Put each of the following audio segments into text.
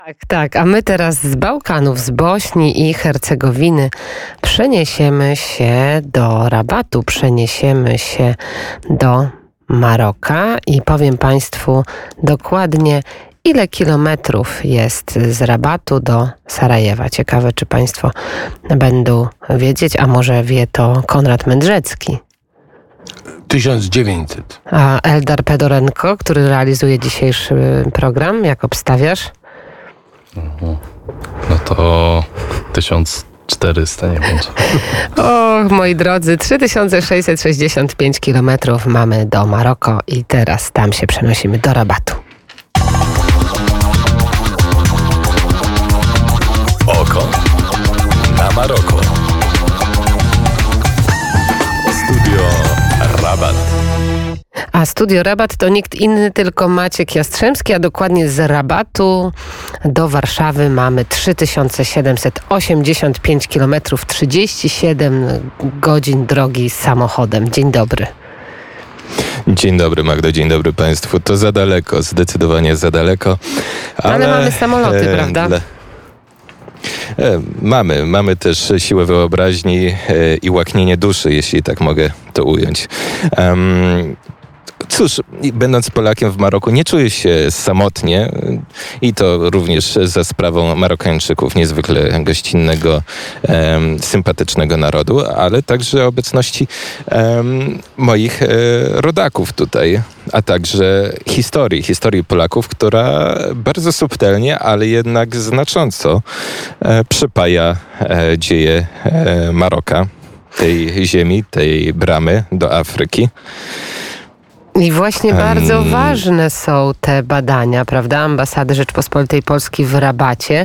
Tak, a my teraz z Bałkanów, z Bośni i Hercegowiny przeniesiemy się do Rabatu, przeniesiemy się do Maroka i powiem Państwu dokładnie, ile kilometrów jest z Rabatu do Sarajewa. Ciekawe, czy Państwo będą wiedzieć, a może wie to Konrad Mędrzecki. 1900. A Eldar Pedorenko, który realizuje dzisiejszy program, jak obstawiasz? No to 1400, nie wiem. O, moi drodzy, 3665 kilometrów mamy do Maroko i teraz tam się przenosimy do Rabatu. Oko na Maroko. Studio Rabat. A Studio Rabat to nikt inny, tylko Maciek Jastrzębski, a dokładnie z Rabatu do Warszawy mamy 3785 km, 37 godzin drogi samochodem. Dzień dobry. Dzień dobry, Magdo, dzień dobry Państwu. To za daleko, zdecydowanie za daleko. Ale mamy samoloty, prawda? Mamy też siłę wyobraźni i łaknienie duszy, jeśli tak mogę to ująć. Cóż, będąc Polakiem w Maroku, nie czuję się samotnie i to również za sprawą Marokańczyków, niezwykle gościnnego, sympatycznego narodu, ale także obecności moich rodaków tutaj, a także historii Polaków, która bardzo subtelnie, ale jednak znacząco przypaja dzieje Maroka, tej ziemi, tej bramy do Afryki. I właśnie bardzo ważne są te badania, prawda? Ambasady Rzeczpospolitej Polskiej w Rabacie.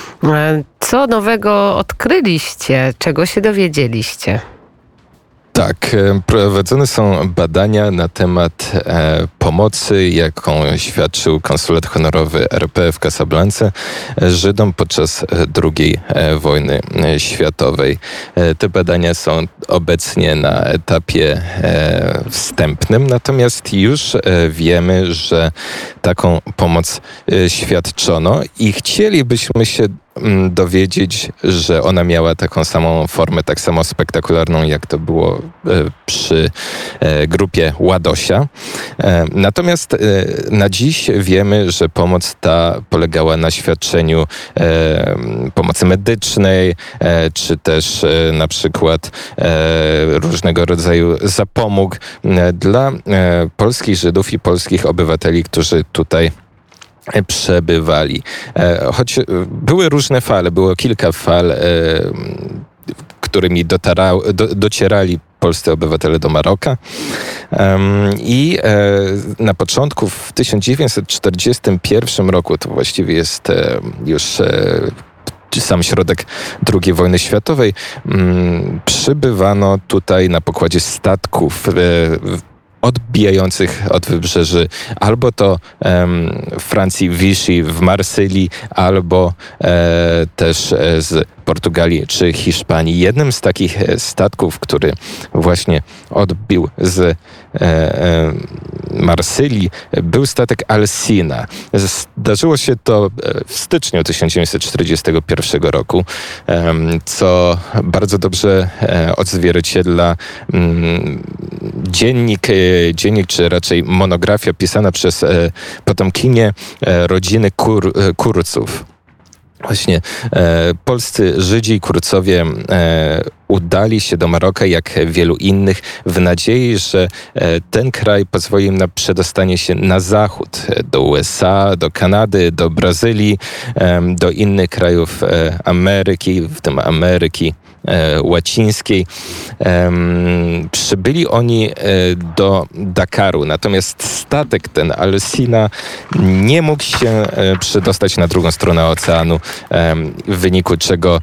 Co nowego odkryliście? Czego się dowiedzieliście? Tak, prowadzone są badania na temat pomocy, jaką świadczył konsulat honorowy RP w Casablance Żydom podczas II wojny światowej. Te badania są obecnie na etapie wstępnym, natomiast już wiemy, że taką pomoc świadczono i chcielibyśmy się dowiedzieć, że ona miała taką samą formę, tak samo spektakularną, jak to było przy grupie Ładosia. Natomiast na dziś wiemy, że pomoc ta polegała na świadczeniu pomocy medycznej, czy też na przykład różnego rodzaju zapomóg dla polskich Żydów i polskich obywateli, którzy tutaj przebywali. Choć były różne fale, było kilka fal, którymi docierali polscy obywatele do Maroka. I na początku, w 1941 roku, to właściwie jest już sam środek II wojny światowej, przybywano tutaj na pokładzie statków odbijających od wybrzeży albo to Francji, Vichy w Marsylii, albo też z Portugalii czy Hiszpanii. Jednym z takich statków, który właśnie odbił z Marsylii, był statek Alsina. Zdarzyło się to w styczniu 1941 roku, co bardzo dobrze odzwierciedla dziennik, czy raczej monografia pisana przez potomkinię rodziny Kurców. Właśnie polscy Żydzi i Kurcowie udali się do Maroka, jak wielu innych, w nadziei, że ten kraj pozwoli im na przedostanie się na zachód, do USA, do Kanady, do Brazylii, do innych krajów Ameryki, w tym Ameryki łacińskiej. Przybyli oni do Dakaru, natomiast statek ten Alsina nie mógł się przedostać na drugą stronę oceanu, w wyniku czego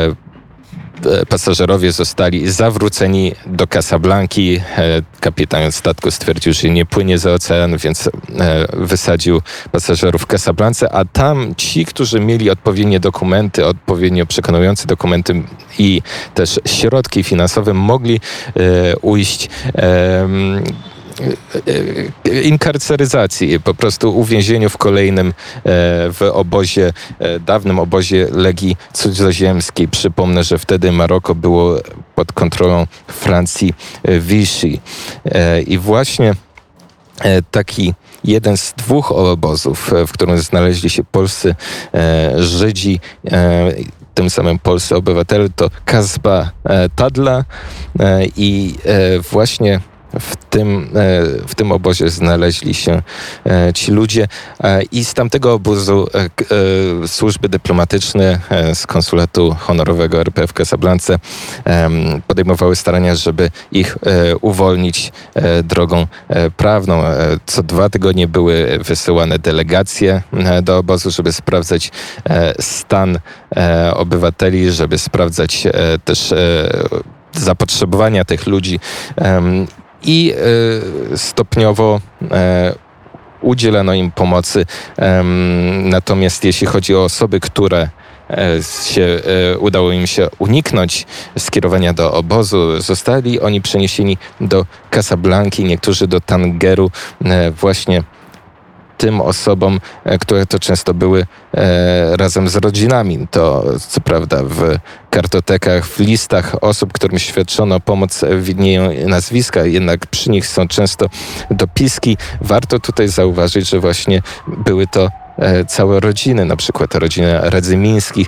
pasażerowie zostali zawróceni do Casablanki. Kapitan statku stwierdził, że nie płynie za ocean, więc wysadził pasażerów w Casablance, a tam ci, którzy mieli odpowiednie dokumenty, odpowiednio przekonujące dokumenty i też środki finansowe, mogli ujść inkarceryzacji, po prostu uwięzieniu w kolejnym w obozie, dawnym obozie Legii Cudzoziemskiej. Przypomnę, że wtedy Maroko było pod kontrolą Francji Vichy. I właśnie taki jeden z dwóch obozów, w którym znaleźli się polscy Żydzi, tym samym polscy obywatele, to Kasba Tadla i właśnie w tym obozie znaleźli się ci ludzie i z tamtego obozu służby dyplomatyczne z konsulatu honorowego RP w Casablance podejmowały starania, żeby ich uwolnić drogą prawną. Co 2 tygodnie były wysyłane delegacje do obozu, żeby sprawdzać stan obywateli, żeby sprawdzać też zapotrzebowania tych ludzi. I stopniowo udzielano im pomocy. Natomiast jeśli chodzi o osoby, które udało im się uniknąć skierowania do obozu, zostali oni przeniesieni do Casablanki, niektórzy do Tangeru, właśnie tym osobom, które to często były razem z rodzinami. To co prawda w kartotekach, w listach osób, którym świadczono pomoc, widnieją nazwiska, jednak przy nich są często dopiski. Warto tutaj zauważyć, że właśnie były to całe rodziny, na przykład rodzina Radzymińskich,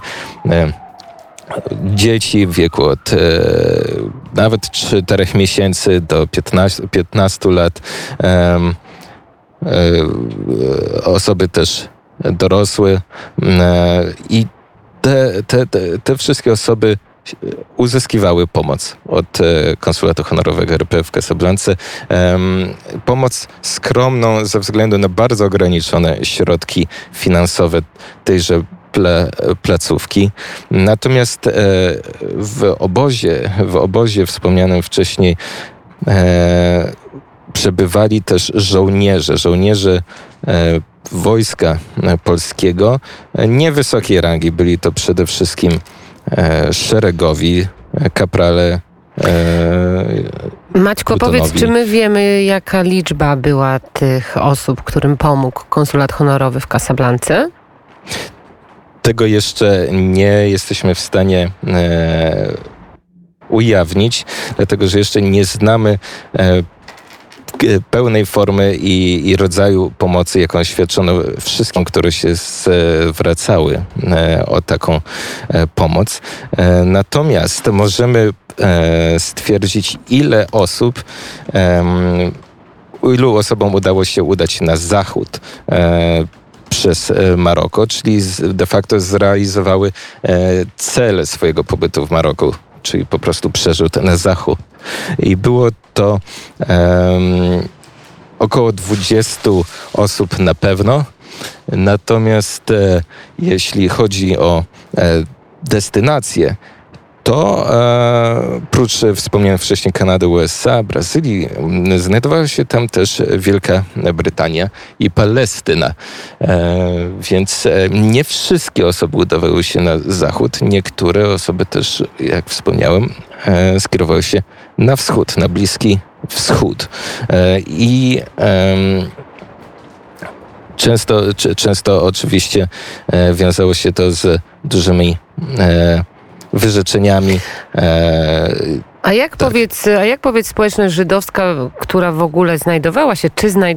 dzieci w wieku od nawet 4 miesięcy do 15 lat, osoby też dorosłe i te wszystkie osoby uzyskiwały pomoc od konsulatu honorowego RP w Casablance. Pomoc skromną ze względu na bardzo ograniczone środki finansowe tejże placówki. Natomiast w obozie wspomnianym wcześniej przebywali też żołnierze wojska polskiego niewysokiej rangi. Byli to przede wszystkim szeregowi, kaprale. Maćko, powiedz, czy my wiemy, jaka liczba była tych osób, którym pomógł konsulat honorowy w Casablance? Tego jeszcze nie jesteśmy w stanie ujawnić, dlatego że jeszcze nie znamy pełnej formy i rodzaju pomocy, jaką świadczono wszystkim, które się zwracały o taką pomoc. Natomiast możemy stwierdzić, ilu osobom udało się udać na zachód przez Maroko, czyli de facto zrealizowały cel swojego pobytu w Maroku, czyli po prostu przerzut na zachód. I było to około 20 osób na pewno. Natomiast jeśli chodzi o destynacje, to prócz wspomnianych wcześniej Kanady, USA, Brazylii, znajdowała się tam też Wielka Brytania i Palestyna. Więc nie wszystkie osoby udawały się na zachód. Niektóre osoby też, jak wspomniałem, skierowały się na wschód, na Bliski Wschód. I często oczywiście wiązało się to z dużymi wyrzeczeniami. A jak powiedz społeczność żydowska, która w ogóle znajdowała się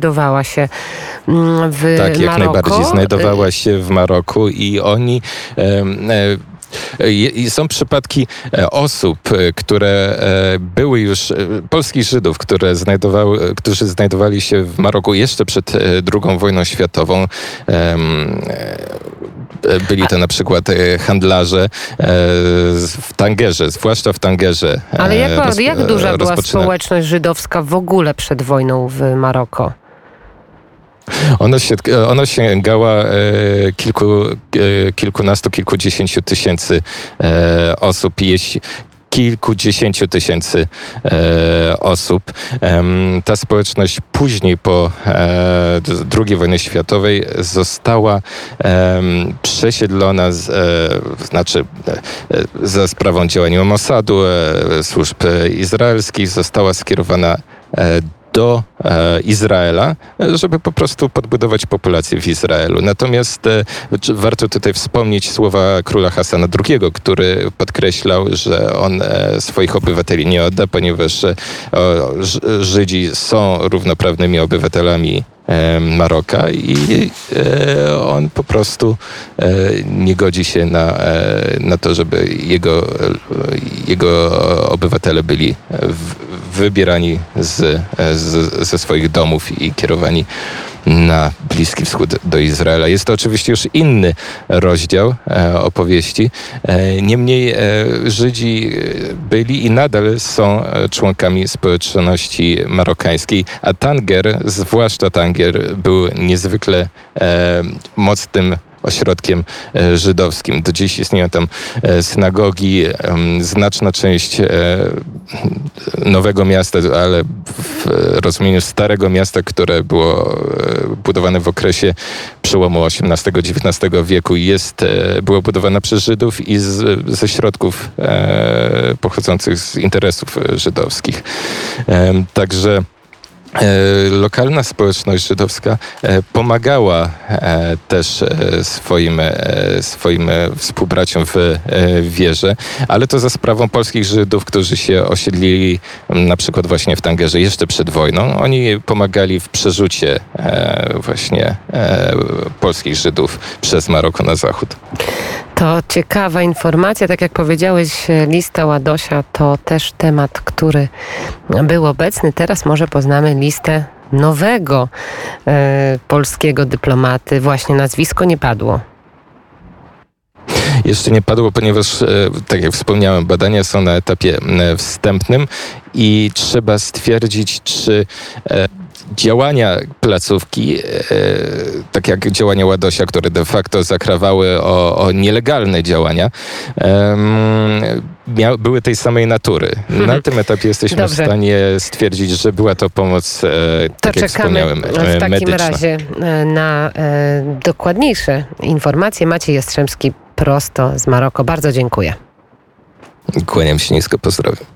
w Tak, jak Maroko? najbardziej znajdowała się w Maroku i oni... osób, które były już, polskich Żydów, którzy znajdowali się w Maroku jeszcze przed II wojną światową. Byli to na przykład handlarze w Tangerze, zwłaszcza w Tangerze. Ale jak duża była społeczność żydowska w ogóle przed wojną w Maroko? Ona sięgała kilkunastu, kilkudziesięciu tysięcy osób, kilkudziesięciu tysięcy osób. Ta społeczność później po II wojnie światowej została przesiedlona, za sprawą działania Mossadu, służb izraelskich, została skierowana do Izraela, żeby po prostu podbudować populację w Izraelu. Natomiast warto tutaj wspomnieć słowa króla Hasana II, który podkreślał, że on swoich obywateli nie odda, ponieważ Żydzi są równoprawnymi obywatelami Maroka i on po prostu nie godzi się na to, żeby jego obywatele byli wybierani ze swoich domów i kierowani na Bliski Wschód do Izraela. Jest to oczywiście już inny rozdział opowieści. Niemniej Żydzi byli i nadal są członkami społeczności marokańskiej, a Tanger, zwłaszcza Tanger, był niezwykle mocnym ośrodkiem żydowskim. Do dziś istnieją tam synagogi, znaczna część Nowego Miasta, ale w rozumieniu Starego Miasta, które było budowane w okresie przełomu XVIII-XIX wieku, było budowane przez Żydów i ze środków pochodzących z interesów żydowskich. Także lokalna społeczność żydowska pomagała też swoim współbraciom w wierze, ale to za sprawą polskich Żydów, którzy się osiedlili na przykład właśnie w Tangerze jeszcze przed wojną. Oni pomagali w przerzucie właśnie polskich Żydów przez Maroko na zachód. To ciekawa informacja. Tak jak powiedziałeś, lista Ładosia to też temat, który był obecny. Teraz może poznamy listę nowego polskiego dyplomaty. Właśnie nazwisko nie padło. Jeszcze nie padło, ponieważ, tak jak wspomniałem, badania są na etapie wstępnym i trzeba stwierdzić, czy działania placówki, tak jak działania Ładosia, które de facto zakrawały o nielegalne działania, były tej samej natury. Na tym etapie jesteśmy w stanie stwierdzić, że była to pomoc, tak jak wspomniałem, w takim medyczna. razie na dokładniejsze informacje. Maciej Jastrzębski prosto z Maroko. Bardzo dziękuję. Kłaniam się nisko, pozdrawiam.